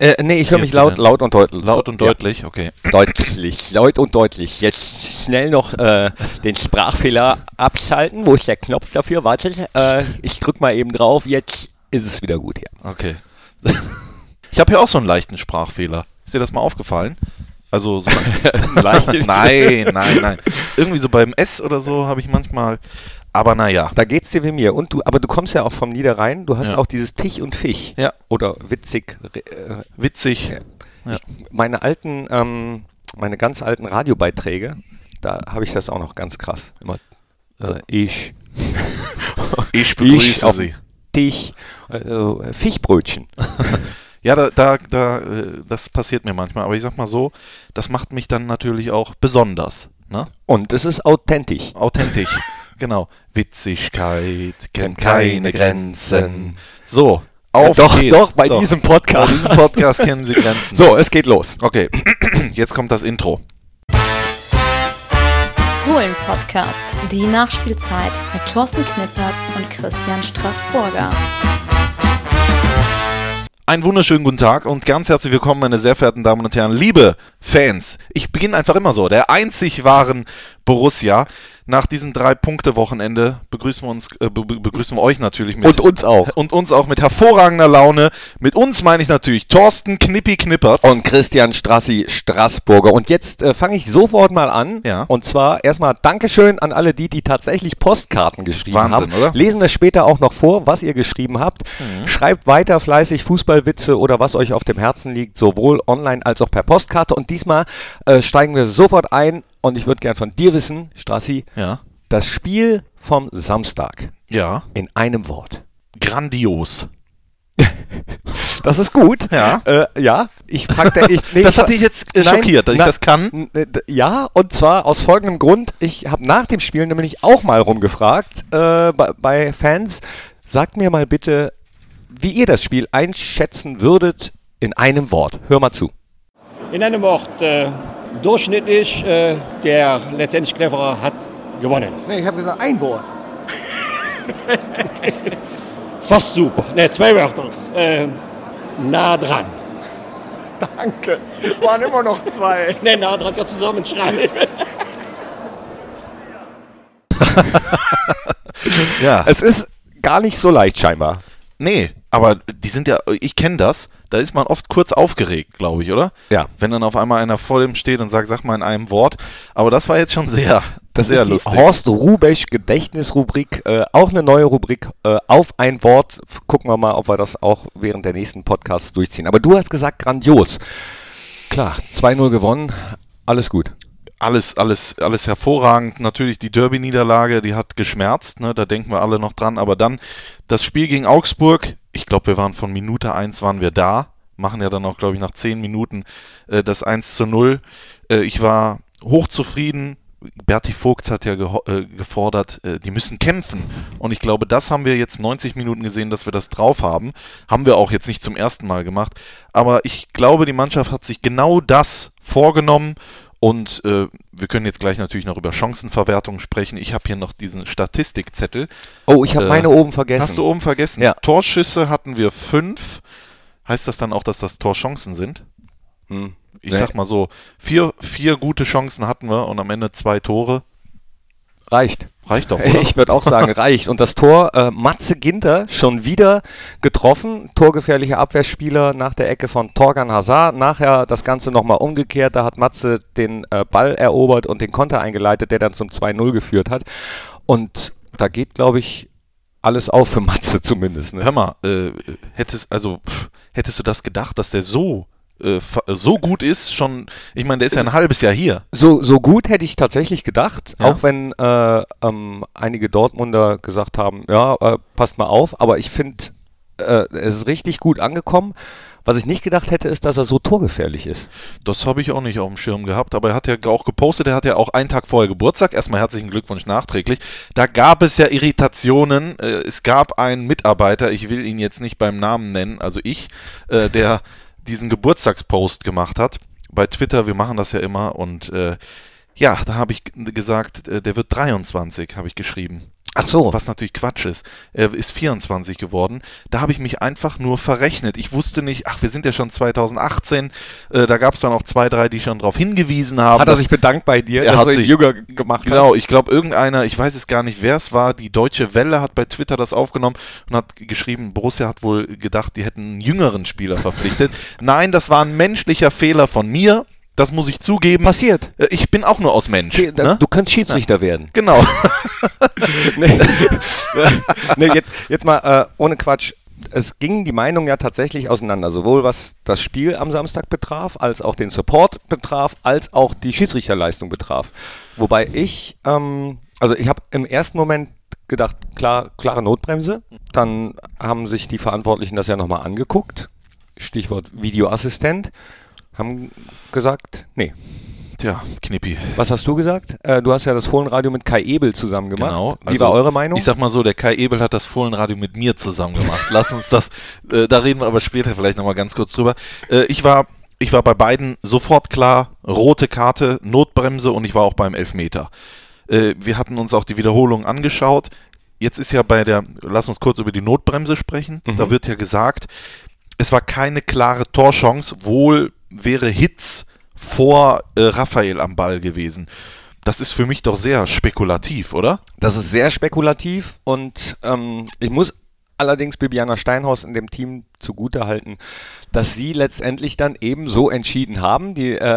Nee, ich höre mich laut und deutlich. Laut und deutlich, okay. Deutlich, laut und deutlich. Jetzt schnell noch den Sprachfehler abschalten. Wo ist der Knopf dafür? Warte, ich drück mal eben drauf. Jetzt ist es wieder gut hier. Okay. Ich habe hier auch so einen leichten Sprachfehler. Ist dir das mal aufgefallen? Also so Nein. Irgendwie so beim S oder so habe ich manchmal. Aber naja. Da geht's dir wie mir. Aber du kommst ja auch vom Niederrhein. Du hast auch dieses Tich und Fich. Ja. Oder witzig. Witzig. Ja. Meine ganz alten Radiobeiträge, da habe ich das auch noch ganz krass. Immer ich begrüße Sie. Tich, Fichbrötchen. Ja, das passiert mir manchmal. Aber ich sag mal so, das macht mich dann natürlich auch besonders. Ne? Und es ist authentisch. Authentisch, genau. Witzigkeit kennt keine Grenzen. So, auf geht's. Doch, bei diesem Podcast. Bei diesem Podcast kennen Sie Grenzen. So, es geht los. Okay, jetzt kommt das Intro. Fohlen-Podcast, die Nachspielzeit mit Thorsten Knippertz und Christian Straßburger. Einen wunderschönen guten Tag und ganz herzlich willkommen, meine sehr verehrten Damen und Herren, liebe Fans. Ich beginne einfach immer so, der einzig wahren Borussia. Nach diesem 3-Punkte-Wochenende begrüßen wir euch natürlich mit. Und uns auch. Und uns auch mit hervorragender Laune. Mit uns meine ich natürlich Thorsten Knippi Knippertz. Und Christian Strassi Straßburger. Und jetzt fange ich sofort mal an. Ja. Und zwar erstmal Dankeschön an alle die tatsächlich Postkarten geschrieben Wahnsinn, haben. oder? Lesen wir später auch noch vor, was ihr geschrieben habt. Schreibt weiter fleißig Fußballwitze oder was euch auf dem Herzen liegt, sowohl online als auch per Postkarte. Und diesmal steigen wir sofort ein. Und ich würde gern von dir wissen, Strassi, das Spiel vom Samstag. Ja. In einem Wort. Grandios. Das ist gut. Ja. Ja. Das hat dich jetzt schockiert, dass ich das kann. Ja, und zwar aus folgendem Grund. Ich habe nach dem Spiel nämlich auch mal rumgefragt bei Fans. Sagt mir mal bitte, wie ihr das Spiel einschätzen würdet in einem Wort. Hör mal zu. In einem Wort. Durchschnittlich, der letztendlich Cleverer hat gewonnen. Nee, ich habe gesagt ein Wort. Fast super. Ne, 2 Wörter. Nah dran. Danke. Waren immer noch 2. Ne, nah dran kann zusammenschreiben. Ja. Es ist gar nicht so leicht scheinbar. Nee, aber die sind ja, ich kenne das, da ist man oft kurz aufgeregt, glaube ich, oder? Ja. Wenn dann auf einmal einer vor dem steht und sagt, sag mal in einem Wort. Aber das war jetzt schon sehr lustig. Die Horst Rubesch Gedächtnisrubrik, auch eine neue Rubrik, auf ein Wort. Gucken wir mal, ob wir das auch während der nächsten Podcasts durchziehen. Aber du hast gesagt, grandios. Klar, 2-0 gewonnen, alles gut. Alles hervorragend. Natürlich die Derby-Niederlage, die hat geschmerzt, ne? Da denken wir alle noch dran. Aber dann das Spiel gegen Augsburg, ich glaube, wir waren von Minute 1 waren wir da. Machen ja dann auch, glaube ich, nach 10 Minuten das 1-0. Ich war hochzufrieden. Berti Vogts hat ja gefordert, die müssen kämpfen. Und ich glaube, das haben wir jetzt 90 Minuten gesehen, dass wir das drauf haben. Haben wir auch jetzt nicht zum ersten Mal gemacht. Aber ich glaube, die Mannschaft hat sich genau das vorgenommen. Und wir können jetzt gleich natürlich noch über Chancenverwertung sprechen. Ich habe hier noch diesen Statistikzettel. Oh, ich habe meine oben vergessen. Hast du oben vergessen? Ja. Torschüsse hatten wir 5. Heißt das dann auch, dass das Torchancen sind? Ich sag mal so, 4 gute Chancen hatten wir und am Ende 2 Tore. Reicht doch, oder? Ich würde auch sagen, reicht. Und das Tor, Matze Ginter schon wieder getroffen, torgefährlicher Abwehrspieler nach der Ecke von Torgan Hazard. Nachher das Ganze nochmal umgekehrt, da hat Matze den Ball erobert und den Konter eingeleitet, der dann zum 2-0 geführt hat. Und da geht, glaube ich, alles auf für Matze zumindest. Ne? Hör mal, hättest du das gedacht, dass der so gut ist, schon, ich meine, der ist ja ein halbes Jahr hier. So gut hätte ich tatsächlich gedacht, ja. Auch wenn einige Dortmunder gesagt haben, ja, passt mal auf, aber ich finde, es ist richtig gut angekommen. Was ich nicht gedacht hätte, ist, dass er so torgefährlich ist. Das habe ich auch nicht auf dem Schirm gehabt, aber er hat ja auch gepostet, er hat ja auch einen Tag vorher Geburtstag. Erstmal herzlichen Glückwunsch nachträglich. Da gab es ja Irritationen. Es gab einen Mitarbeiter, ich will ihn jetzt nicht beim Namen nennen, also der diesen Geburtstagspost gemacht hat. Bei Twitter, wir machen das ja immer und da habe ich gesagt, der wird 23, habe ich geschrieben. Ach so. Was natürlich Quatsch ist. Er ist 24 geworden. Da habe ich mich einfach nur verrechnet. Ich wusste nicht, wir sind ja schon 2018. Da gab es dann auch 2, 3, die schon darauf hingewiesen haben. Hat er sich bedankt bei dir, dass du ihn jünger gemacht hast? Genau, ich glaube irgendeiner, ich weiß es gar nicht, wer es war, die Deutsche Welle hat bei Twitter das aufgenommen und hat geschrieben, Borussia hat wohl gedacht, die hätten einen jüngeren Spieler verpflichtet. Nein, das war ein menschlicher Fehler von mir. Das muss ich zugeben. Passiert. Ich bin auch nur aus Mensch. Ne? Du kannst Schiedsrichter werden. Genau. Jetzt mal ohne Quatsch. Es gingen die Meinungen ja tatsächlich auseinander, sowohl was das Spiel am Samstag betraf, als auch den Support betraf, als auch die Schiedsrichterleistung betraf. Wobei ich habe im ersten Moment gedacht, klare Notbremse. Dann haben sich die Verantwortlichen das ja nochmal angeguckt. Stichwort Videoassistent. Haben gesagt, nee. Tja, Knippi. Was hast du gesagt? Du hast ja das Fohlenradio mit Kai Ebel zusammen gemacht. Genau. Wie war eure Meinung? Ich sag mal so, der Kai Ebel hat das Fohlenradio mit mir zusammen gemacht. Lass uns das, da reden wir aber später vielleicht nochmal ganz kurz drüber. Ich war bei beiden sofort klar, rote Karte, Notbremse und ich war auch beim Elfmeter. Wir hatten uns auch die Wiederholung angeschaut. Jetzt ist ja lass uns kurz über die Notbremse sprechen. Da wird ja gesagt, es war keine klare Torchance, wohl wäre Hitz vor Raphael am Ball gewesen. Das ist für mich doch sehr spekulativ, oder? Das ist sehr spekulativ und ich muss allerdings Bibiana Steinhaus in dem Team zugutehalten, dass sie letztendlich dann eben so entschieden haben.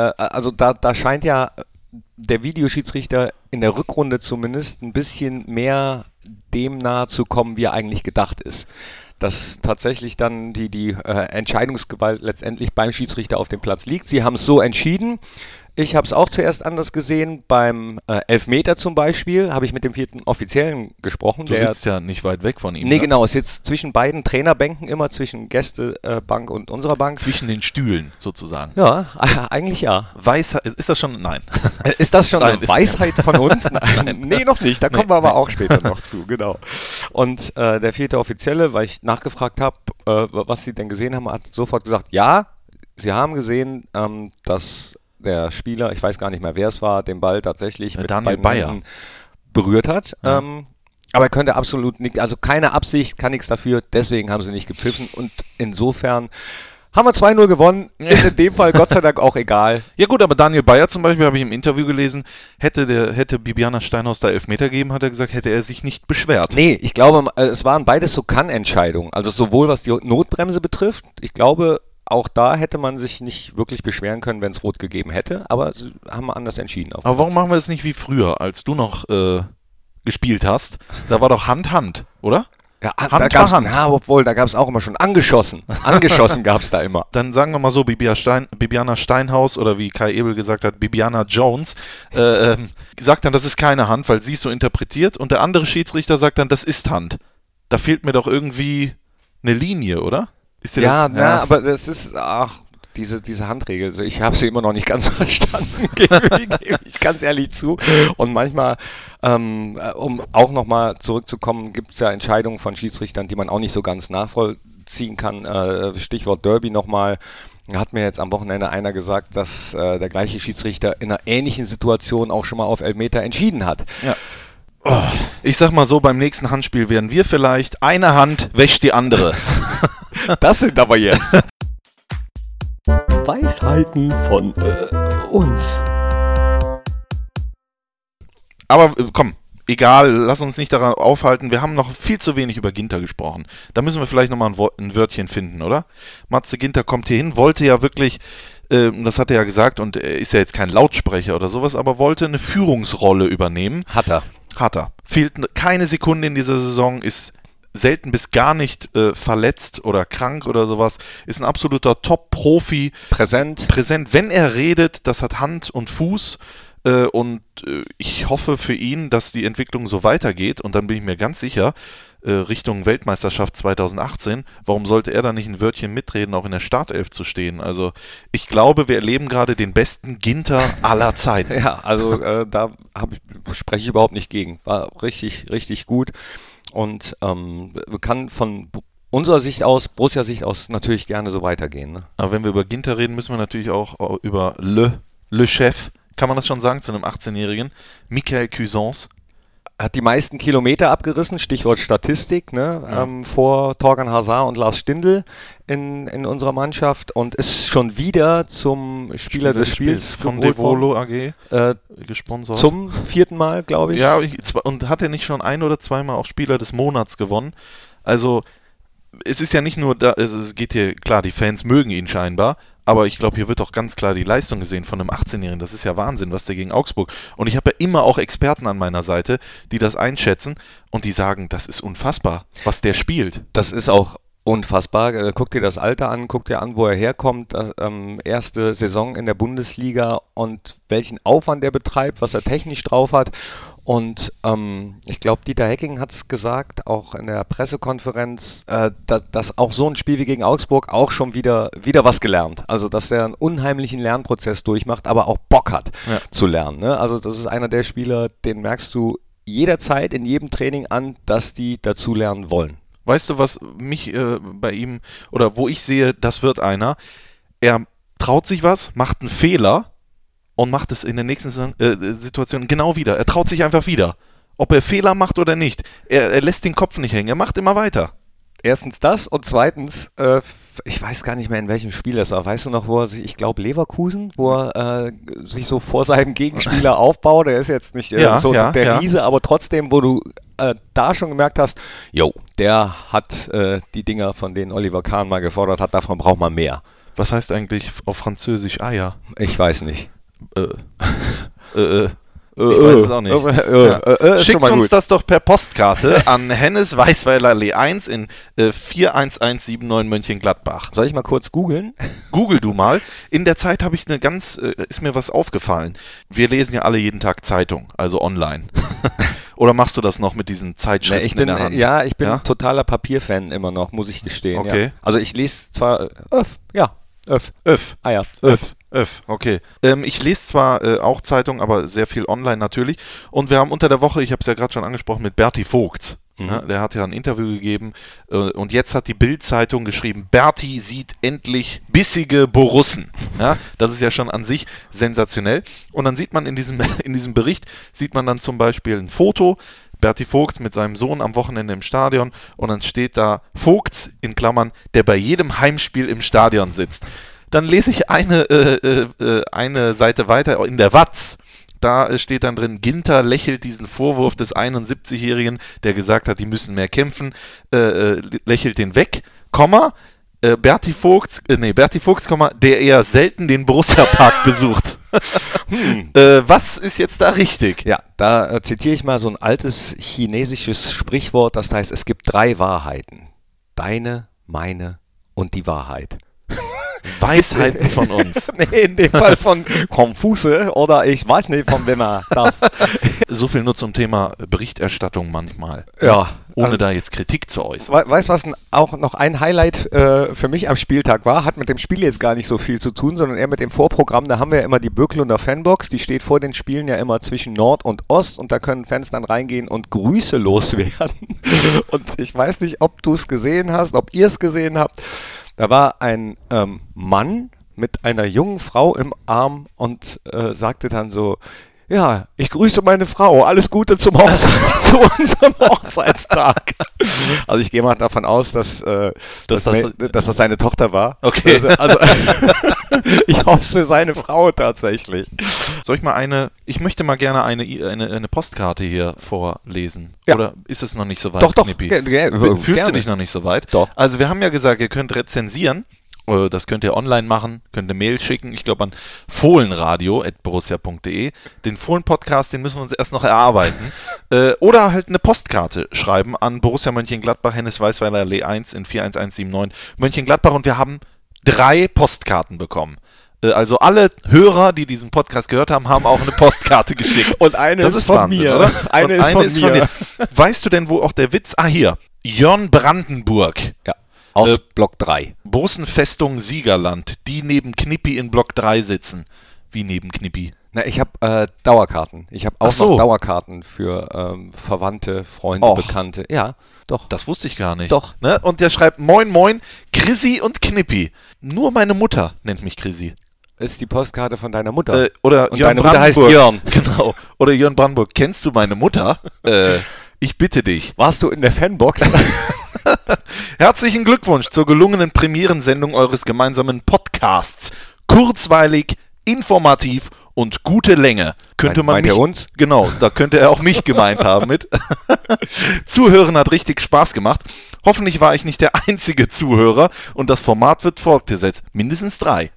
Da scheint ja der Videoschiedsrichter in der Rückrunde zumindest ein bisschen mehr dem nahe zu kommen, wie er eigentlich gedacht ist. Dass tatsächlich dann die Entscheidungsgewalt letztendlich beim Schiedsrichter auf dem Platz liegt. Sie haben es so entschieden. Ich habe es auch zuerst anders gesehen. Beim Elfmeter zum Beispiel habe ich mit dem 4. Offiziellen gesprochen. Du sitzt ja nicht weit weg von ihm. Nee, genau. Es sitzt zwischen beiden Trainerbänken immer, zwischen Gästebank und unserer Bank. Zwischen den Stühlen sozusagen. Ja, eigentlich ja. Weisheit, ist das schon? Nein. Ist das schon eine Weisheit von uns? Nein. Nee, noch nicht. Da kommen wir aber auch später noch zu, genau. Und der 4. Offizielle, weil ich nachgefragt habe, was sie denn gesehen haben, hat sofort gesagt, ja, sie haben gesehen, dass der Spieler, ich weiß gar nicht mehr, wer es war, den Ball tatsächlich mit Daniel Bayer berührt hat. Ja. Aber er könnte absolut nicht, also keine Absicht, kann nichts dafür, deswegen haben sie nicht gepfiffen und insofern haben wir 2-0 gewonnen, ist in dem Fall Gott sei Dank auch egal. Ja gut, aber Daniel Bayer zum Beispiel, habe ich im Interview gelesen, hätte Bibiana Steinhaus da Elfmeter gegeben, hat er gesagt, hätte er sich nicht beschwert. Nee, ich glaube, es waren beides so Kann-Entscheidungen, also sowohl was die Notbremse betrifft, ich glaube, auch da hätte man sich nicht wirklich beschweren können, wenn es rot gegeben hätte, aber haben wir anders entschieden. Aber warum machen wir das nicht wie früher, als du noch gespielt hast? Da war doch Hand, oder? Ja, obwohl, da gab es auch immer schon angeschossen. Angeschossen gab es da immer. Dann sagen wir mal so, Bibiana Steinhaus oder wie Kai Ebel gesagt hat, Bibiana Jones, sagt dann, das ist keine Hand, weil sie es so interpretiert und der andere Schiedsrichter sagt dann, das ist Hand. Da fehlt mir doch irgendwie eine Linie, oder? Aber das ist, diese Handregel, also ich habe sie immer noch nicht ganz verstanden, gebe ich ganz ehrlich zu. Und manchmal, um auch nochmal zurückzukommen, gibt es ja Entscheidungen von Schiedsrichtern, die man auch nicht so ganz nachvollziehen kann. Stichwort Derby nochmal. Hat mir jetzt am Wochenende einer gesagt, dass der gleiche Schiedsrichter in einer ähnlichen Situation auch schon mal auf Elfmeter entschieden hat. Ja. Oh. Ich sag mal so, beim nächsten Handspiel werden wir vielleicht, eine Hand wäscht die andere. Das sind aber jetzt Weisheiten von uns. Aber komm, egal, lass uns nicht daran aufhalten. Wir haben noch viel zu wenig über Ginter gesprochen. Da müssen wir vielleicht nochmal ein Wörtchen finden, oder? Matze Ginter kommt hier hin, wollte ja wirklich, das hat er ja gesagt, und er ist ja jetzt kein Lautsprecher oder sowas, aber wollte eine Führungsrolle übernehmen. Hat er. Fehlt keine Sekunde in dieser Saison, ist selten bis gar nicht verletzt oder krank oder sowas, ist ein absoluter Top-Profi. Präsent. Wenn er redet, das hat Hand und Fuß und ich hoffe für ihn, dass die Entwicklung so weitergeht und dann bin ich mir ganz sicher, Richtung Weltmeisterschaft 2018, warum sollte er da nicht ein Wörtchen mitreden, auch in der Startelf zu stehen? Also ich glaube, wir erleben gerade den besten Ginter aller Zeiten. Ja, also da spreche ich überhaupt nicht gegen. War richtig, richtig gut. Und kann von unserer Sicht aus, Borussia-Sicht aus, natürlich gerne so weitergehen. Ne? Aber wenn wir über Ginter reden, müssen wir natürlich auch über Le Chef, kann man das schon sagen, zu einem 18-Jährigen, Michael Cuisance. hat die meisten Kilometer abgerissen, Stichwort Statistik, ne? Vor Torgan Hazard und Lars Stindl in unserer Mannschaft und ist schon wieder zum Spieler des Spiels von Devolo AG gesponsert. Zum 4. Mal, glaube ich. Ja, und hat er nicht schon 1 oder 2 Mal auch Spieler des Monats gewonnen? Also es ist ja nicht nur da, es geht hier, klar, die Fans mögen ihn scheinbar, aber ich glaube, hier wird auch ganz klar die Leistung gesehen von einem 18-Jährigen. Das ist ja Wahnsinn, was der gegen Augsburg. Und ich habe ja immer auch Experten an meiner Seite, die das einschätzen und die sagen, das ist unfassbar, was der spielt. Das ist auch unfassbar. Guck dir das Alter an, guck dir an, wo er herkommt. Erste Saison in der Bundesliga und welchen Aufwand er betreibt, was er technisch drauf hat. Und ich glaube, Dieter Hecking hat es gesagt, auch in der Pressekonferenz, dass auch so ein Spiel wie gegen Augsburg auch schon wieder was gelernt. Also, dass er einen unheimlichen Lernprozess durchmacht, aber auch Bock hat zu lernen. Ne? Also, das ist einer der Spieler, den merkst du jederzeit in jedem Training an, dass die dazulernen wollen. Weißt du, was mich bei ihm, oder wo ich sehe, das wird einer, er traut sich was, macht einen Fehler und macht es in der nächsten Situation genau wieder. Er traut sich einfach wieder. Ob er Fehler macht oder nicht. Er lässt den Kopf nicht hängen, er macht immer weiter. Erstens das und zweitens, ich weiß gar nicht mehr, in welchem Spiel das war. Weißt du noch, wo er sich, ich glaube Leverkusen, wo er sich so vor seinem Gegenspieler aufbaut. Der ist jetzt nicht der Riese, aber trotzdem, wo du da schon gemerkt hast, der hat die Dinger, von denen Oliver Kahn mal gefordert hat, davon braucht man mehr. Was heißt eigentlich auf Französisch Eier? Ich weiß nicht. Ich weiß es auch nicht. Schickt uns das doch per Postkarte an Hennes Weißweiler Allee 1 in 41179 Mönchengladbach. Soll ich mal kurz googeln? Google du mal. In der Zeit habe ich ist mir was aufgefallen. Wir lesen ja alle jeden Tag Zeitung, also online. Oder machst du das noch mit diesen Zeitschriften in der Hand? Ja, ich bin totaler Papierfan immer noch, muss ich gestehen. Okay. Ja. Also ich lese zwar okay. Ich lese zwar auch Zeitungen, aber sehr viel online natürlich. Und wir haben unter der Woche, ich habe es ja gerade schon angesprochen, mit Berti Vogts. Ja, der hat ja ein Interview gegeben und jetzt hat die Bild-Zeitung geschrieben, Berti sieht endlich bissige Borussen. Ja, das ist ja schon an sich sensationell. Und dann sieht man in diesem Bericht, sieht man dann zum Beispiel ein Foto, Berti Vogts mit seinem Sohn am Wochenende im Stadion und dann steht da Vogts in Klammern, der bei jedem Heimspiel im Stadion sitzt. Dann lese ich eine Seite weiter in der Watz. Da steht dann drin, Ginter lächelt diesen Vorwurf des 71-Jährigen, der gesagt hat, die müssen mehr kämpfen, lächelt den weg, Berti Vogts, der eher selten den Borussia-Park besucht. Was ist jetzt da richtig? Ja, da zitiere ich mal so ein altes chinesisches Sprichwort, das heißt, es gibt 3 Wahrheiten. Deine, meine und die Wahrheit. Weisheiten von uns. Nee, in dem Fall von Konfuse oder ich weiß nicht, von wem er das. So viel nur zum Thema Berichterstattung manchmal. Ja. Ohne da jetzt Kritik zu äußern. Weißt du, was auch noch ein Highlight für mich am Spieltag war? Hat mit dem Spiel jetzt gar nicht so viel zu tun, sondern eher mit dem Vorprogramm. Da haben wir ja immer die Böcklunder Fanbox. Die steht vor den Spielen ja immer zwischen Nord und Ost und da können Fans dann reingehen und Grüße loswerden. Und ich weiß nicht, ob du es gesehen hast, ob ihr es gesehen habt. Da war ein Mann mit einer jungen Frau im Arm und sagte dann so, ja, ich grüße meine Frau, alles Gute zu unserem Hochzeitstag. Also ich gehe mal davon aus, dass das seine Tochter war. Okay. Also ich hoffe es für seine Frau tatsächlich. Soll ich ich möchte mal gerne eine Postkarte hier vorlesen. Ja. Oder ist es noch nicht so weit, Doch. Knippi? Fühlst Fühlst du dich noch nicht so weit? Doch. Also wir haben ja gesagt, ihr könnt rezensieren. Das könnt ihr online machen, könnt eine Mail schicken, ich glaube an fohlenradio@borussia.de. Den Fohlen-Podcast, den müssen wir uns erst noch erarbeiten. Oder halt eine Postkarte schreiben an Borussia Mönchengladbach, Hennes Weißweiler Allee 1 in 41179 Mönchengladbach und wir haben 3 Postkarten bekommen. Also alle Hörer, die diesen Podcast gehört haben, haben auch eine Postkarte geschickt. Und eine das ist von Wahnsinn, mir. Oder? Eine ist von mir. Weißt du denn, wo auch der Witz... Ah, hier. Jörn Brandenburg. Ja. Aus Block 3. Borussenfestung Siegerland, die neben Knippi in Block 3 sitzen. Wie neben Knippi? Na, ich habe Dauerkarten. Ich habe auch noch Dauerkarten für Verwandte, Freunde, Bekannte. Ja, doch. Das wusste ich gar nicht. Doch. Ne? Und der schreibt, moin moin, Chrissy und Knippi. Nur meine Mutter nennt mich Chrissy. Ist die Postkarte von deiner Mutter. Oder und Jörn deine Mutter heißt Brandenburg. Jörn. Genau. Oder Jörn Brandenburg. Kennst du meine Mutter? Ich bitte dich. Warst du in der Fanbox? Herzlichen Glückwunsch zur gelungenen Premierensendung eures gemeinsamen Podcasts. Kurzweilig, informativ und gute Länge. Könnte man meint mich, er uns? Genau, da könnte er auch mich gemeint haben mit. Zuhören hat richtig Spaß gemacht. Hoffentlich war ich nicht der einzige Zuhörer und das Format wird fortgesetzt. Mindestens drei.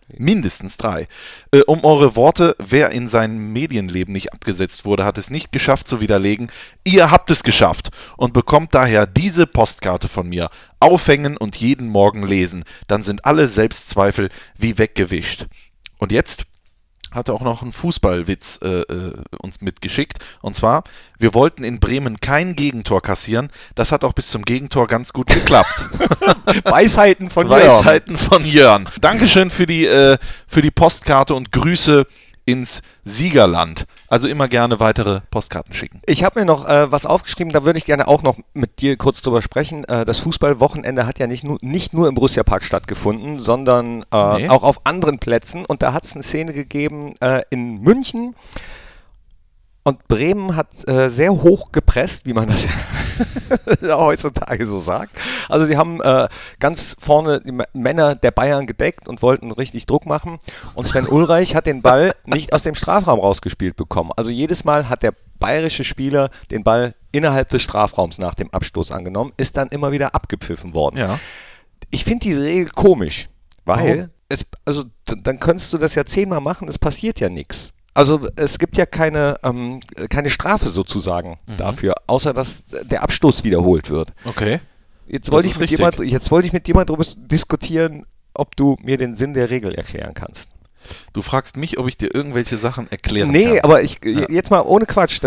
Um eure Worte, wer in seinem Medienleben nicht abgesetzt wurde, hat es nicht geschafft zu widerlegen. Ihr habt es geschafft und bekommt daher diese Postkarte von mir. Aufhängen und jeden Morgen lesen. Dann sind alle Selbstzweifel wie weggewischt. Und jetzt hat er auch noch einen Fußballwitz uns mitgeschickt. Und zwar, wir wollten in Bremen kein Gegentor kassieren. Das hat auch bis zum Gegentor ganz gut geklappt. Weisheiten von Jörn. Dankeschön für die Postkarte und Grüße ins Siegerland. Also immer gerne weitere Postkarten schicken. Ich habe mir noch was aufgeschrieben, da würde ich gerne auch noch mit dir kurz drüber sprechen. Das Fußballwochenende hat ja nicht nur im Borussia-Park stattgefunden, sondern auch auf anderen Plätzen. Und da hat es eine Szene gegeben in München. Und Bremen hat sehr hoch gepresst, wie man das ja heutzutage so sagt. Also sie haben ganz vorne die Männer der Bayern gedeckt und wollten richtig Druck machen. Und Sven Ulreich hat den Ball nicht aus dem Strafraum rausgespielt bekommen. Also jedes Mal hat der bayerische Spieler den Ball innerhalb des Strafraums nach dem Abstoß angenommen, ist dann immer wieder abgepfiffen worden. Ja. Ich finde diese Regel komisch, weil dann könntest du das ja 10-mal machen, es passiert ja nichts. Also es gibt ja keine Strafe sozusagen dafür, außer dass der Abstoß wiederholt wird. Okay. Jetzt wollte ich mit dir mal darüber diskutieren, ob du mir den Sinn der Regel erklären kannst. Du fragst mich, ob ich dir irgendwelche Sachen erklären kann. Nee, aber jetzt mal ohne Quatsch,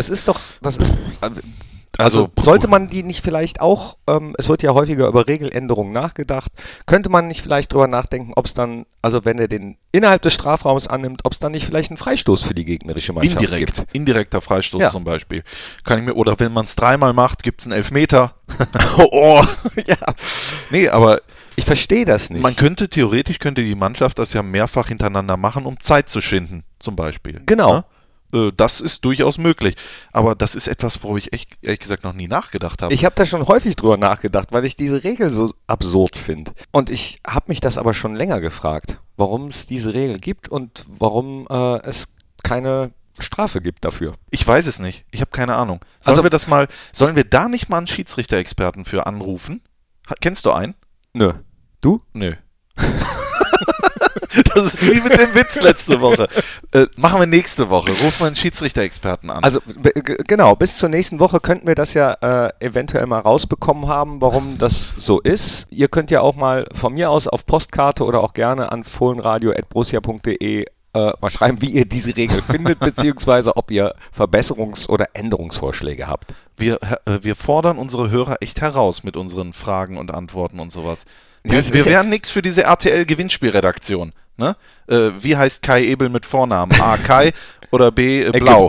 Also sollte man die nicht vielleicht auch, es wird ja häufiger über Regeländerungen nachgedacht, könnte man nicht vielleicht drüber nachdenken, ob es dann, also wenn er den innerhalb des Strafraums annimmt, ob es dann nicht vielleicht einen Freistoß für die gegnerische Mannschaft gibt? Indirekter Freistoß ja. Zum Beispiel. Oder wenn man es 3-mal macht, gibt es einen Elfmeter. Ja. Nee, aber ich verstehe das nicht. Theoretisch könnte die Mannschaft das ja mehrfach hintereinander machen, um Zeit zu schinden, zum Beispiel. Genau. Ja? Das ist durchaus möglich. Aber das ist etwas, worüber ich ehrlich gesagt noch nie nachgedacht habe. Ich habe da schon häufig drüber nachgedacht, weil ich diese Regel so absurd finde. Und ich habe mich das aber schon länger gefragt, warum es diese Regel gibt und warum es keine Strafe gibt dafür. Ich weiß es nicht. Ich habe keine Ahnung. Sollen wir da nicht mal einen Schiedsrichter-Experten für anrufen? Kennst du einen? Nö. Du? Nö. Das ist wie mit dem Witz letzte Woche. Machen wir nächste Woche. Rufen wir einen Schiedsrichter-Experten an. Also genau, bis zur nächsten Woche könnten wir das ja eventuell mal rausbekommen haben, warum das so ist. Ihr könnt ja auch mal von mir aus auf Postkarte oder auch gerne an fohlenradio@borussia.de mal schreiben, wie ihr diese Regel findet, beziehungsweise ob ihr Verbesserungs- oder Änderungsvorschläge habt. Wir fordern unsere Hörer echt heraus mit unseren Fragen und Antworten und sowas. Ja, wir wären nichts für diese RTL-Gewinnspielredaktion. Ne? Wie heißt Kai Ebel mit Vornamen? A. Kai oder B. Blau?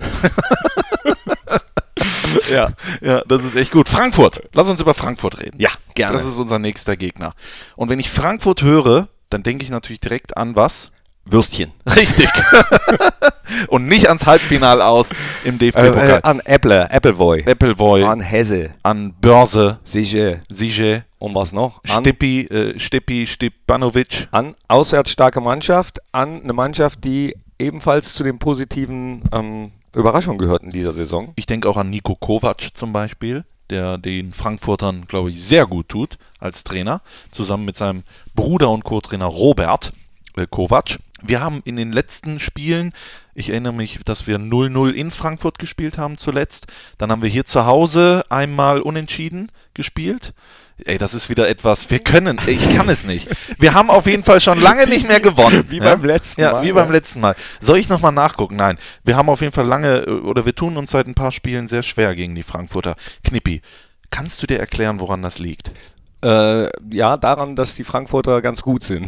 Ja, das ist echt gut. Frankfurt. Lass uns über Frankfurt reden. Ja, gerne. Das ist unser nächster Gegner. Und wenn ich Frankfurt höre, dann denke ich natürlich direkt an was? Würstchen. Richtig. Und nicht ans Halbfinale aus im DFB-Pokal. An Appleboy. An Hesse. An Börse. Sige. Und was noch? Stepanovic. An auswärtsstarke Mannschaft, an eine Mannschaft, die ebenfalls zu den positiven Überraschungen gehört in dieser Saison. Ich denke auch an Niko Kovac zum Beispiel, der den Frankfurtern, glaube ich, sehr gut tut als Trainer, zusammen mit seinem Bruder und Co-Trainer Robert Kovac. Wir haben in den letzten Spielen, ich erinnere mich, dass wir 0-0 in Frankfurt gespielt haben zuletzt. Dann haben wir hier zu Hause einmal unentschieden gespielt. Ey, das ist wieder etwas, ich kann es nicht. Wir haben auf jeden Fall schon lange nicht mehr gewonnen. Beim letzten Mal. Ja, wie beim letzten Mal. Soll ich nochmal nachgucken? Nein, wir haben auf jeden Fall wir tun uns seit ein paar Spielen sehr schwer gegen die Frankfurter. Knippi, kannst du dir erklären, woran das liegt? Ja, daran, dass die Frankfurter ganz gut sind.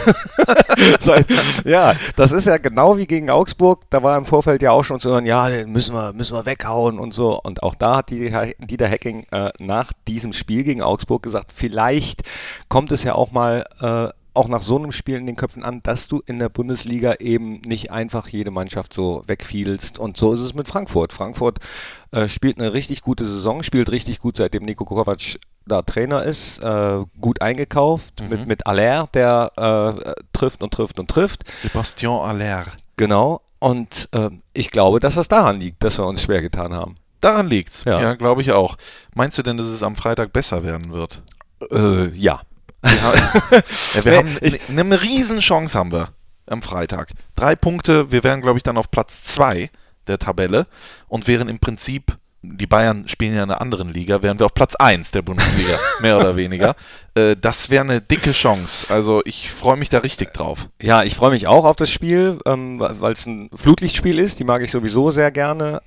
Ja, das ist ja genau wie gegen Augsburg. Da war im Vorfeld ja auch schon zu hören, ja, den müssen wir weghauen und so. Und auch da hat Dieter Hecking nach diesem Spiel gegen Augsburg gesagt, vielleicht kommt es ja auch mal auch nach so einem Spiel in den Köpfen an, dass du in der Bundesliga eben nicht einfach jede Mannschaft so wegfielst. Und so ist es mit Frankfurt. Frankfurt spielt eine richtig gute Saison, spielt richtig gut, seitdem Niko Kovac da Trainer ist, gut eingekauft mit Aller, der trifft und trifft und trifft. Sebastian Aller. Genau. Und ich glaube, dass das daran liegt, dass wir uns schwer getan haben. Daran liegt's. Ja. Ja, glaube ich auch. Meinst du denn, dass es am Freitag besser werden wird? Ja. Wir haben eine Riesenchance haben wir am Freitag. 3 Punkte, wir wären, glaube ich, dann auf Platz 2 der Tabelle und wären im Prinzip, die Bayern spielen ja in einer anderen Liga, wären wir auf Platz 1 der Bundesliga, mehr oder weniger. Das wäre eine dicke Chance. Also ich freue mich da richtig drauf. Ja, ich freue mich auch auf das Spiel, weil es ein Flutlichtspiel ist. Die mag ich sowieso sehr gerne.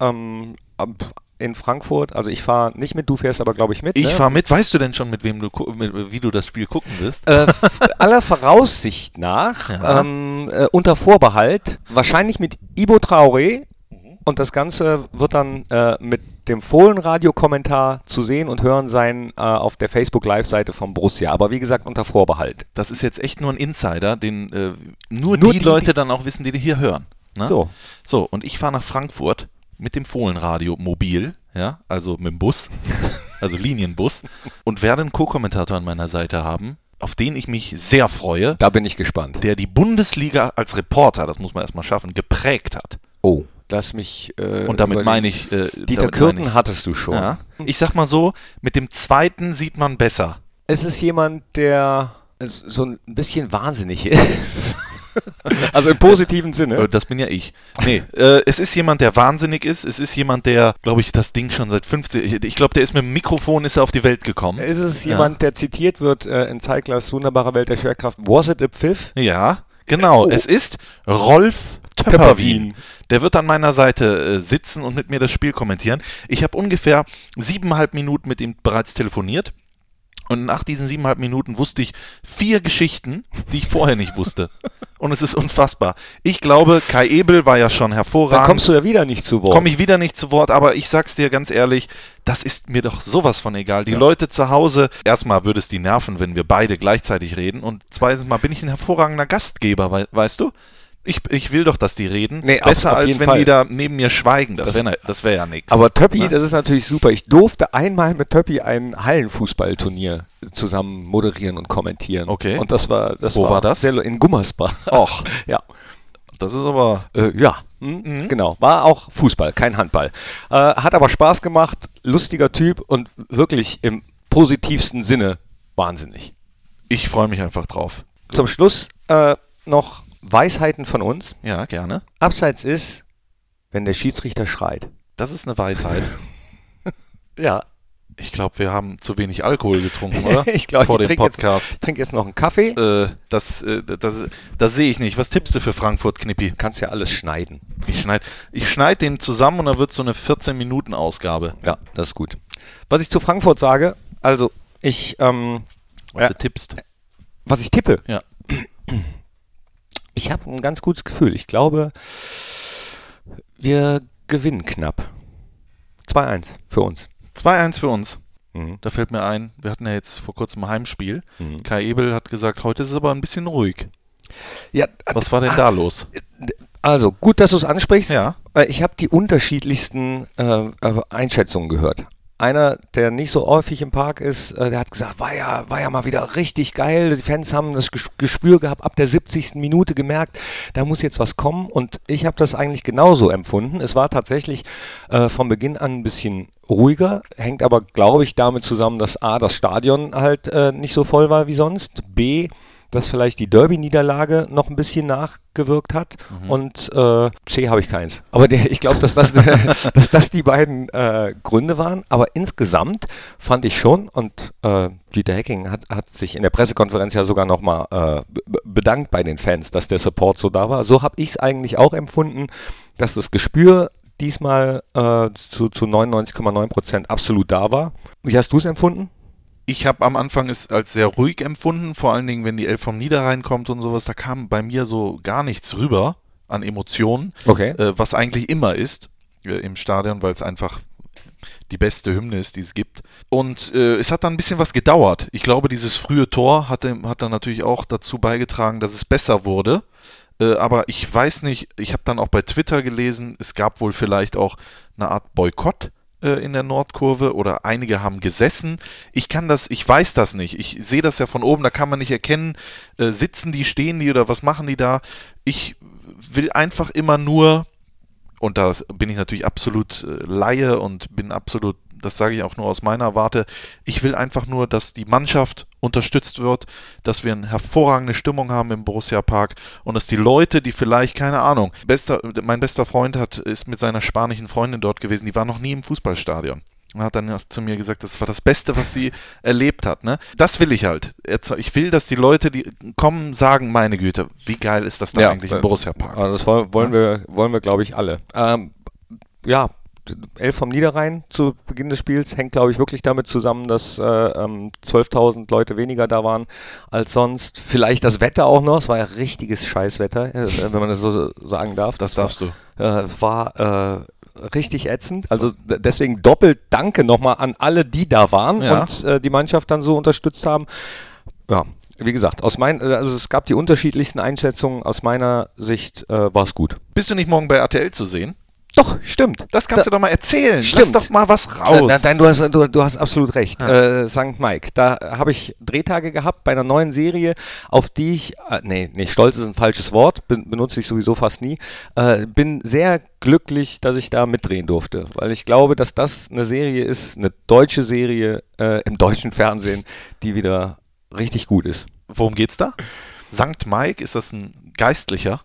In Frankfurt, also ich fahre nicht mit, du fährst aber, glaube ich, mit. Ich fahre mit. Weißt du denn schon, wie du das Spiel gucken wirst? Aller Voraussicht nach, Ja. unter Vorbehalt, wahrscheinlich mit Ibo Traoré. Und das Ganze wird dann mit dem Fohlenradio-Kommentar zu sehen und hören sein auf der Facebook-Live-Seite vom Borussia. Aber wie gesagt, unter Vorbehalt. Das ist jetzt echt nur ein Insider, den nur Nur die die- Leute dann auch wissen, die hier hören. Ne? So. Und ich fahre nach Frankfurt mit dem Fohlenradio mobil, ja, also mit dem Bus, also Linienbus, und werde einen Co-Kommentator an meiner Seite haben, auf den ich mich sehr freue, Da bin ich gespannt. der die Bundesliga als Reporter, das muss man erstmal schaffen, geprägt hat. Oh, lass mich Und damit überlegen. meine ich... Dieter Kürten hattest du schon. Ja. Ich sag mal so, mit dem zweiten sieht man besser. Es ist jemand, der so ein bisschen wahnsinnig ist. Also im positiven Sinne. Das bin ja ich. Nee, es ist jemand, der wahnsinnig ist. Es ist jemand, der, glaube ich, das Ding schon seit 15... Ich glaube, der ist mit dem Mikrofon ist er auf die Welt gekommen. Es ist jemand, der zitiert wird in Zeiglers wunderbarer Welt der Schwerkraft. Was it a Pfiff? Ja, genau. Oh. Es ist Rolf Töpperwien. Töpperwien. Der wird an meiner Seite sitzen und mit mir das Spiel kommentieren. Ich habe ungefähr 7,5 Minuten mit ihm bereits telefoniert. Und nach diesen 7,5 Minuten wusste ich 4 Geschichten, die ich vorher nicht wusste. Und es ist unfassbar. Ich glaube, Kai Ebel war ja schon Da hervorragend. kommst du ja wieder nicht zu Wort. Komme ich wieder nicht zu Wort, aber ich sag's dir ganz ehrlich, das ist mir doch sowas von egal. Die Leute zu Hause, erstmal würde es die nerven, wenn wir beide gleichzeitig reden, und zweitens mal bin ich ein hervorragender Gastgeber, weißt du? Ich will doch, dass die reden. Nee, Besser auf als jeden wenn Fall. die da neben mir schweigen. Das wär ja nichts. Aber Töppi, Na? das ist natürlich super. Ich durfte einmal mit Töppi ein Hallenfußballturnier zusammen moderieren und kommentieren. Okay. Und das war Wo war das? Sehr, in Gummersbach. Och, Ja. das ist aber... Ja, genau. War auch Fußball, kein Handball. Hat aber Spaß gemacht, lustiger Typ und wirklich im positivsten Sinne wahnsinnig. Ich freue mich einfach drauf. Zum Schluss noch Weisheiten von uns. Ja, gerne. Abseits ist, wenn der Schiedsrichter schreit. Das ist eine Weisheit. Ja. Ich glaube, wir haben zu wenig Alkohol getrunken, oder? Ich glaube, Vor ich dem Podcast. trinke jetzt noch einen Kaffee. Das sehe ich nicht. Was tippst du für Frankfurt, Knippi? Kannst ja alles schneiden. Ich schneid den zusammen und dann wird so eine 14-Minuten-Ausgabe. Ja, das ist gut. Was ich zu Frankfurt sage, also ich, Was du tippst. was ich tippe, Ja. ich habe ein ganz gutes Gefühl. Ich glaube, wir gewinnen knapp. 2-1 für uns. 2-1 für uns. Mhm. Da fällt mir ein, wir hatten ja jetzt vor kurzem ein Heimspiel. Mhm. Kai Ebel hat gesagt, heute ist es aber ein bisschen ruhig. Ja, Was war denn da los? also gut, dass du es ansprichst. Ja. Ich habe die unterschiedlichsten Einschätzungen gehört. Einer, der nicht so häufig im Park ist, der hat gesagt, war ja mal wieder richtig geil. Die Fans haben das Gespür gehabt, ab der 70. Minute gemerkt, da muss jetzt was kommen. Und ich habe das eigentlich genauso empfunden. Es war tatsächlich von Beginn an ein bisschen ruhiger, hängt aber, glaube ich, damit zusammen, dass A, das Stadion halt nicht so voll war wie sonst, B, dass vielleicht die Derby-Niederlage noch ein bisschen nachgewirkt hat, und C habe ich keins. Aber ich glaube, dass das die beiden Gründe waren. Aber insgesamt fand ich schon, und Dieter Hecking hat sich in der Pressekonferenz ja sogar nochmal bedankt bei den Fans, dass der Support so da war. So habe ich es eigentlich auch empfunden, dass das Gespür diesmal zu 99,9% absolut da war. Wie hast du es empfunden? Ich habe am Anfang es als sehr ruhig empfunden, vor allen Dingen, wenn die Elf vom Niederrhein kommt und sowas, da kam bei mir so gar nichts rüber an Emotionen, Okay. was eigentlich immer ist im Stadion, weil es einfach die beste Hymne ist, die es gibt. Und es hat dann ein bisschen was gedauert. Ich glaube, dieses frühe Tor hat dann natürlich auch dazu beigetragen, dass es besser wurde. Aber ich weiß nicht, ich habe dann auch bei Twitter gelesen, es gab wohl vielleicht auch eine Art Boykott in der Nordkurve oder einige haben gesessen. Ich weiß das nicht. Ich sehe das ja von oben, da kann man nicht erkennen, sitzen die, stehen die oder was machen die da. Ich will einfach immer nur, und da bin ich natürlich absolut Laie und bin absolut, das sage ich auch nur aus meiner Warte, ich will einfach nur, dass die Mannschaft unterstützt wird, dass wir eine hervorragende Stimmung haben im Borussia-Park und dass die Leute, die vielleicht, keine Ahnung, mein bester Freund ist mit seiner spanischen Freundin dort gewesen, die war noch nie im Fußballstadion. Und hat dann zu mir gesagt, das war das Beste, was sie erlebt hat. Ne? Das will ich halt. Ich will, dass die Leute, die kommen, sagen, meine Güte, wie geil ist das da eigentlich im Borussia-Park? Das wollen wir, glaube ich, alle. 11 vom Niederrhein zu Beginn des Spiels hängt, glaube ich, wirklich damit zusammen, dass 12.000 Leute weniger da waren als sonst. Vielleicht das Wetter auch noch. Es war ja richtiges Scheißwetter, wenn man das so sagen darf. Das darfst du. War richtig ätzend. Also deswegen doppelt Danke nochmal an alle, die da waren und die Mannschaft dann so unterstützt haben. Ja, wie gesagt, also es gab die unterschiedlichsten Einschätzungen. Aus meiner Sicht war es gut. Bist du nicht morgen bei RTL zu sehen? Doch, stimmt. Das kannst du doch mal erzählen. Stimmt. Lass doch mal was raus. Nein, du hast absolut recht. Ja. St. Mike, da habe ich Drehtage gehabt bei einer neuen Serie, auf die ich, stolz ist ein falsches Wort, benutze ich sowieso fast nie, bin sehr glücklich, dass ich da mitdrehen durfte, weil ich glaube, dass das eine Serie ist, eine deutsche Serie im deutschen Fernsehen, die wieder richtig gut ist. Worum geht's da? St. Mike, ist das ein Geistlicher?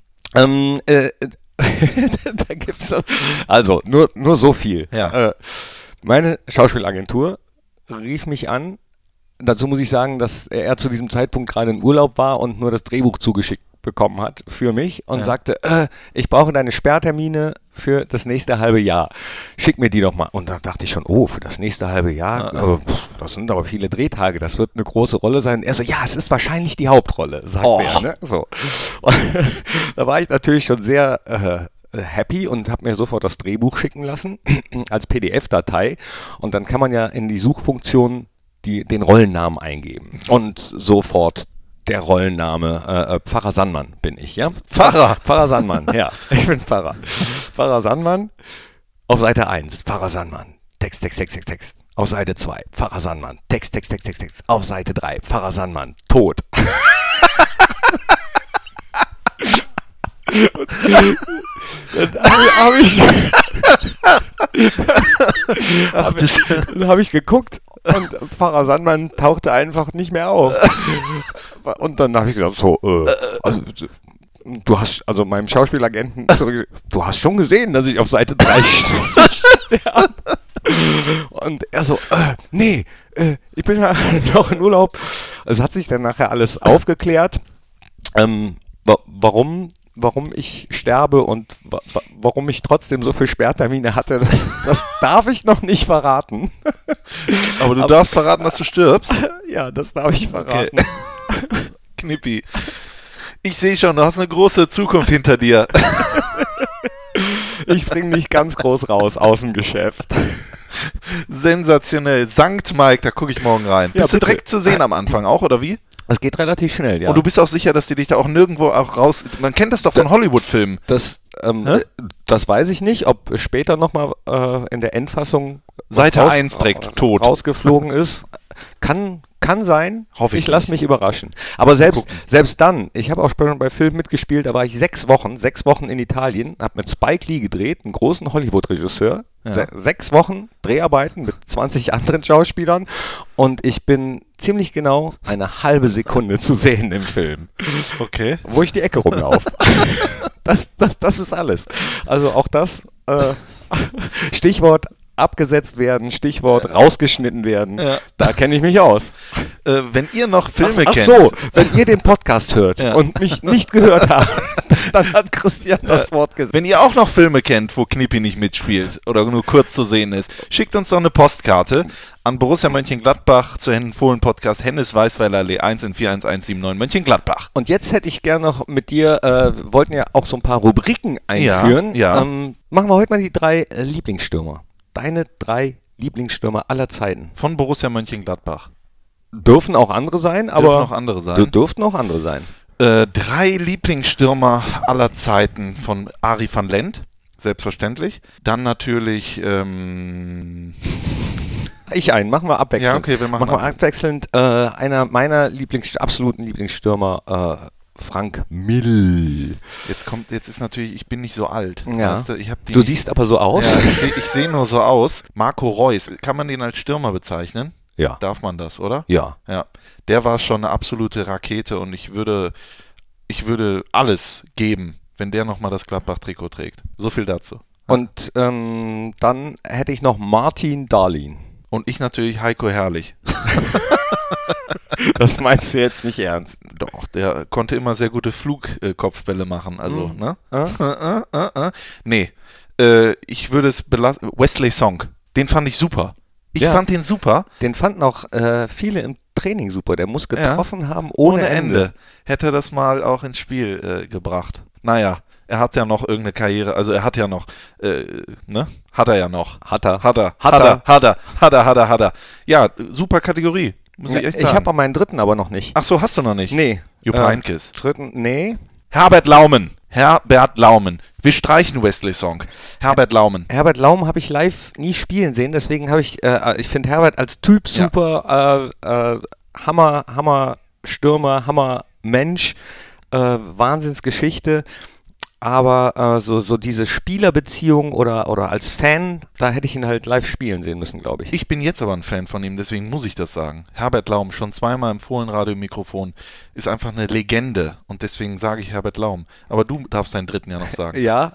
Da gibt's also nur so viel. Ja. Meine Schauspielagentur rief mich an. Dazu muss ich sagen, dass er zu diesem Zeitpunkt gerade in Urlaub war und nur das Drehbuch zugeschickt bekommen hat für mich und sagte, ich brauche deine Sperrtermine für das nächste halbe Jahr. Schick mir die doch mal. Und da dachte ich schon, für das nächste halbe Jahr, das sind aber viele Drehtage, das wird eine große Rolle sein. Er so, ja, es ist wahrscheinlich die Hauptrolle, sagt er. Ne? So. Und da war ich natürlich schon sehr happy und habe mir sofort das Drehbuch schicken lassen als PDF-Datei und dann kann man ja in die Suchfunktion den Rollennamen eingeben und sofort der Rollenname, Pfarrer Sandmann bin ich, ja? Pfarrer Sandmann, ja, ich bin Pfarrer. Pfarrer Sandmann, auf Seite 1, Pfarrer Sandmann, Text. Auf Seite 2, Pfarrer Sandmann, Text. Auf Seite 3, Pfarrer Sandmann, tot. Dann habe ich geguckt und Pfarrer Sandmann tauchte einfach nicht mehr auf. Und dann habe ich gesagt, du hast, also meinem Schauspielagenten, du hast schon gesehen, dass ich auf Seite 3 sterbe. Und er so, ich bin ja noch in Urlaub. Es hat sich dann nachher alles aufgeklärt, warum ich sterbe und warum ich trotzdem so viele Sperrtermine hatte, das darf ich noch nicht verraten. Aber du darfst verraten, dass du stirbst? Ja, das darf ich verraten. Okay. Knippi. Ich sehe schon, du hast eine große Zukunft hinter dir. Ich bringe dich ganz groß raus aus dem Geschäft. Sensationell. St. Mike, da gucke ich morgen rein. Ja, bist du direkt zu sehen am Anfang auch, oder wie? Es geht relativ schnell, ja. Und du bist auch sicher, dass die dich da auch nirgendwo auch raus... Man kennt das doch von Hollywood-Filmen. Das weiß ich nicht, ob später nochmal in der Endfassung Seite 1 direkt tot rausgeflogen ist. Kann sein. Hoffe ich lasse mich überraschen. Aber selbst dann, ich habe auch bei Filmen mitgespielt, da war ich 6 Wochen in Italien, habe mit Spike Lee gedreht, einen großen Hollywood-Regisseur. Ja. 6 Wochen Dreharbeiten mit 20 anderen Schauspielern und ich bin ziemlich genau eine halbe Sekunde zu sehen im Film. Okay. Wo ich die Ecke rumlaufe. Das ist alles. Also auch das, Stichwort abgesetzt werden, Stichwort rausgeschnitten werden, da kenne ich mich aus. Wenn ihr noch Filme kennt. Ach so, wenn ihr den Podcast hört und mich nicht gehört habt, dann hat Christian das Wort gesagt. Wenn ihr auch noch Filme kennt, wo Knippi nicht mitspielt oder nur kurz zu sehen ist, schickt uns doch eine Postkarte an Borussia Mönchengladbach zur Hennes-Fohlen-Podcast Hennes-Weißweiler Allee 1 in 41179 Mönchengladbach. Und jetzt hätte ich gerne noch mit dir, wollten ja auch so ein paar Rubriken einführen. Ja. Machen wir heute mal die 3 Lieblingsstürmer. deine 3 Lieblingsstürmer aller Zeiten. Von Borussia Mönchengladbach. Dürfen auch andere sein, aber... Dürfen auch andere sein. Dürften auch andere sein. 3 Lieblingsstürmer aller Zeiten von Arie van Lent, selbstverständlich. Dann natürlich... Machen wir abwechselnd. Ja, okay, wir machen abwechselnd. Einer meiner absoluten Lieblingsstürmer, Frank Mill. Jetzt ist natürlich, ich bin nicht so alt. Ja. Weißt du, du siehst aber so aus. Ja, ich seh nur so aus. Marco Reus, kann man den als Stürmer bezeichnen? Ja. Darf man das, oder? Ja. Ja. Der war schon eine absolute Rakete und ich würde alles geben, wenn der nochmal das Gladbach-Trikot trägt. So viel dazu. Und dann hätte ich noch Martin Dahlin. Und ich natürlich Heiko Herrlich. Das meinst du jetzt nicht ernst? Doch, der konnte immer sehr gute Flugkopfbälle machen. Also, ne? Nee, ich würde es belassen. Wesley Song, den fand ich super. Ich fand den super. Den fanden auch viele im Training super. Der muss getroffen haben ohne Ende. Hätte das mal auch ins Spiel gebracht. Naja, er hat ja noch irgendeine Karriere. Also er hat ja noch, ne? Hat er ja noch. Hat er. Ja, super Kategorie. Muss ich echt sagen. Ich habe meinen dritten aber noch nicht. Ach so, hast du noch nicht? Nee. Jupp Heynckes. Dritten, nee. Herbert Laumen. Wir streichen Wesley Song. Herbert Laumen. Herbert Laumen habe ich live nie spielen sehen, deswegen habe ich finde Herbert als Typ super, Hammer Stürmer, Hammer Mensch, Wahnsinnsgeschichte. Aber so diese Spielerbeziehung oder als Fan, da hätte ich ihn halt live spielen sehen müssen, glaube ich. Ich bin jetzt aber ein Fan von ihm, deswegen muss ich das sagen. Herbert Laum, schon zweimal im Fohlenradio-Mikrofon, ist einfach eine Legende und deswegen sage ich Herbert Laum. Aber du darfst deinen dritten ja noch sagen. Ja.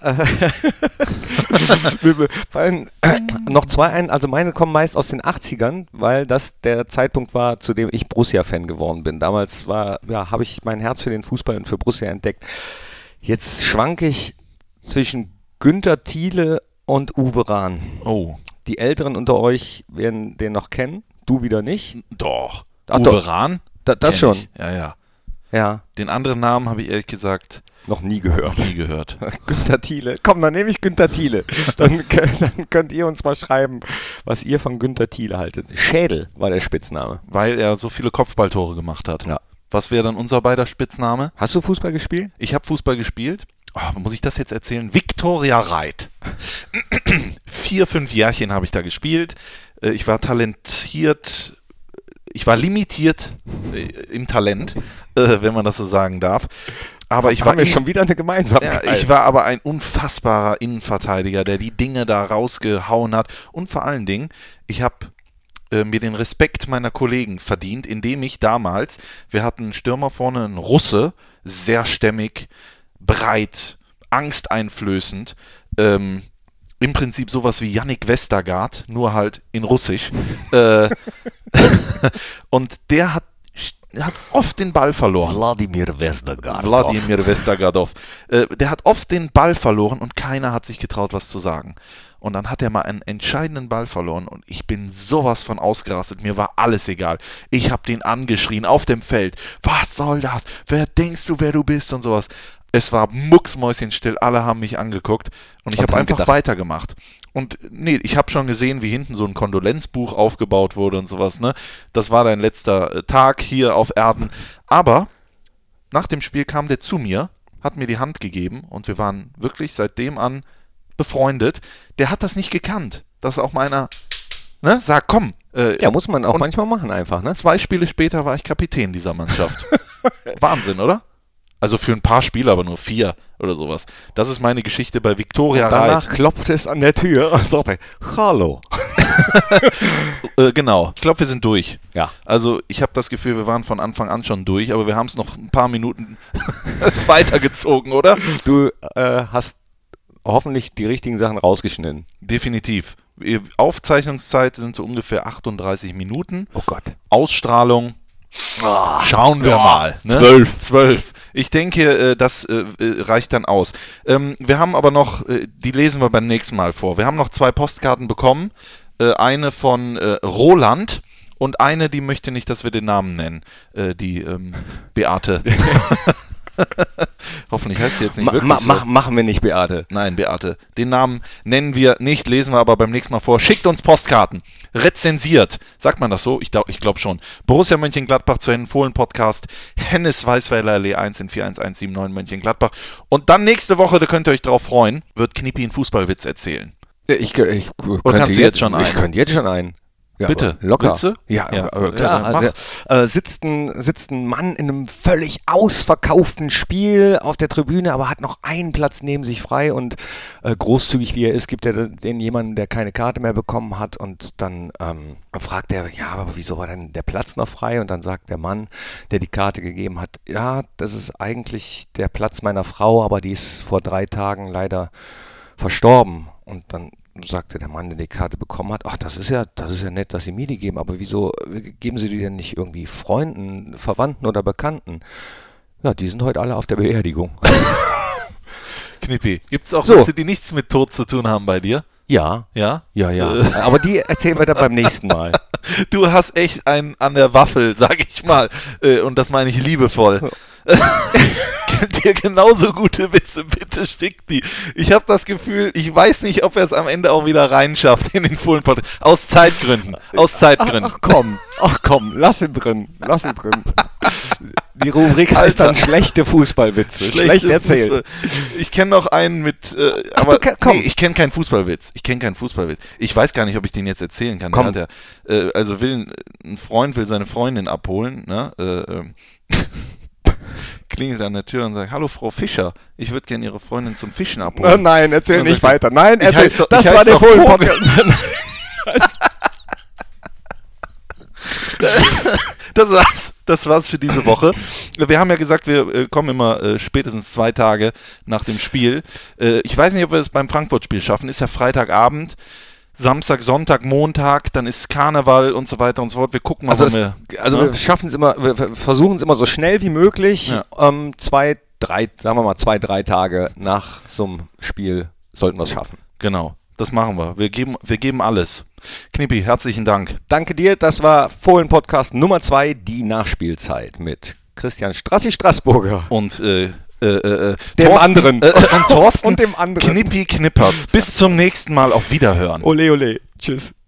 Mir fallen noch 2 ein, also meine kommen meist aus den 80ern, weil das der Zeitpunkt war, zu dem ich Borussia-Fan geworden bin. Damals habe ich mein Herz für den Fußball und für Borussia entdeckt. Jetzt schwanke ich zwischen Günther Thiele und Uwe Rahn. Oh. Die Älteren unter euch werden den noch kennen, du wieder nicht. Doch. Ach, Uwe Rahn? Das schon. Ich. Ja. Ja. Den anderen Namen habe ich ehrlich gesagt noch nie gehört. Günther Thiele. Komm, dann nehme ich Günther Thiele. Dann könnt ihr uns mal schreiben, was ihr von Günther Thiele haltet. Schädel war der Spitzname. Weil er so viele Kopfballtore gemacht hat. Ja. Was wäre dann unser beider Spitzname? Hast du Fußball gespielt? Ich habe Fußball gespielt. Oh, muss ich das jetzt erzählen? Viktoria Reit. 4-5 Jährchen habe ich da gespielt. Ich war talentiert. Ich war limitiert im Talent, wenn man das so sagen darf. Aber ich war schon wieder eine Gemeinsamkeit. Ja, ich war aber ein unfassbarer Innenverteidiger, der die Dinge da rausgehauen hat. Und vor allen Dingen, ich habe mir den Respekt meiner Kollegen verdient, indem ich damals, wir hatten einen Stürmer vorne, einen Russe, sehr stämmig, breit, angsteinflößend, im Prinzip sowas wie Yannick Westergaard, nur halt in Russisch. Und der hat oft den Ball verloren. Wladimir Westergaard. Der hat oft den Ball verloren und keiner hat sich getraut, was zu sagen. Und dann hat er mal einen entscheidenden Ball verloren und ich bin sowas von ausgerastet. Mir war alles egal. Ich habe den angeschrien auf dem Feld. Was soll das? Wer denkst du, wer du bist und sowas. Es war mucksmäuschenstill. Alle haben mich angeguckt und ich habe einfach weitergemacht. Und nee, ich habe schon gesehen, wie hinten so ein Kondolenzbuch aufgebaut wurde und sowas. Ne? Das war dein letzter Tag hier auf Erden. Aber nach dem Spiel kam der zu mir, hat mir die Hand gegeben und wir waren wirklich seitdem an befreundet. Der hat das nicht gekannt, dass auch meiner sagt, komm. Ja, muss man auch manchmal machen einfach. Ne? 2 Spiele später war ich Kapitän dieser Mannschaft. Wahnsinn, oder? Also für ein paar Spiele, aber nur 4 oder sowas. Das ist meine Geschichte bei Viktoria Reit. Danach klopft es an der Tür und sagt, hallo. Genau. Ich glaube, wir sind durch. Ja. Also ich habe das Gefühl, wir waren von Anfang an schon durch, aber wir haben es noch ein paar Minuten weitergezogen, oder? Du hast hoffentlich die richtigen Sachen rausgeschnitten. Definitiv. Aufzeichnungszeit sind so ungefähr 38 Minuten. Oh Gott. Ausstrahlung. Schauen wir mal. Ne? 12. Ich denke, das reicht dann aus. Wir haben aber noch, die lesen wir beim nächsten Mal vor. Wir haben noch 2 Postkarten bekommen. Eine von Roland und eine, die möchte nicht, dass wir den Namen nennen. Die Beate. Hoffentlich heißt sie jetzt nicht wirklich so. Machen wir nicht, Beate. Nein, Beate. Den Namen nennen wir nicht, lesen wir aber beim nächsten Mal vor. Schickt uns Postkarten. Rezensiert. Sagt man das so? Ich glaube schon. Borussia Mönchengladbach zu Händen Fohlen-Podcast. Hennes Weißweiler Allee 1 in 41179 Mönchengladbach. Und dann nächste Woche, da könnt ihr euch drauf freuen, wird Knippi einen Fußballwitz erzählen. Ich könnte jetzt schon einen? Ich könnte jetzt schon einen. Ja, bitte, locker. Witze? Ja, klar. Sitzt ein Mann in einem völlig ausverkauften Spiel auf der Tribüne, aber hat noch einen Platz neben sich frei und großzügig wie er ist, gibt er den jemanden, der keine Karte mehr bekommen hat und dann fragt er, ja, aber wieso war denn der Platz noch frei? Und dann sagt der Mann, der die Karte gegeben hat, ja, das ist eigentlich der Platz meiner Frau, aber die ist vor 3 Tagen leider verstorben. Und dann sagte der Mann, der die Karte bekommen hat, ach, das ist ja nett, dass Sie mir die geben, aber wieso geben Sie die denn nicht irgendwie Freunden, Verwandten oder Bekannten? Ja, die sind heute alle auf der Beerdigung. Knippi, gibt es auch Witze, die nichts mit Tod zu tun haben bei dir? Ja. Ja? Ja. Aber die erzählen wir dann beim nächsten Mal. Du hast echt einen an der Waffel, sag ich mal. Und das meine ich liebevoll. Kennt ihr genauso gute Witze? Bitte schickt die. Ich habe das Gefühl, ich weiß nicht, ob er es am Ende auch wieder reinschafft in den Fohlen-Podcast. Aus Zeitgründen. Ach komm, lass ihn drin. Die Rubrik heißt dann schlechte Fußballwitze. Schlecht erzählt. Fußball. Ich kenne noch einen mit, ich kenne keinen Fußballwitz. Ich weiß gar nicht, ob ich den jetzt erzählen kann. Komm. Ein Freund will seine Freundin abholen, ne? Klingelt an der Tür und sagt, hallo Frau Fischer, ich würde gerne Ihre Freundin zum Fischen abholen. Nein, erzähl nicht weiter. Nein, erzähl. Das war der Fohlen-Podcast. Das war's für diese Woche. Wir haben ja gesagt, wir kommen immer spätestens 2 Tage nach dem Spiel. Ich weiß nicht, ob wir es beim Frankfurt-Spiel schaffen. Ist ja Freitagabend. Samstag, Sonntag, Montag, dann ist Karneval und so weiter und so fort. Wir gucken mal, wir schaffen es immer, wir versuchen es immer so schnell wie möglich. Ja. 2, 3 Tage nach so einem Spiel sollten wir es schaffen. Genau, das machen wir. Wir geben alles. Knippi, herzlichen Dank. Danke dir, das war Fohlen-Podcast Nummer 2, die Nachspielzeit mit Christian Straßburger. Und dem anderen. Und Thorsten und dem anderen. Knippi Knippertz. Bis zum nächsten Mal. Auf Wiederhören. Ole, ole. Tschüss.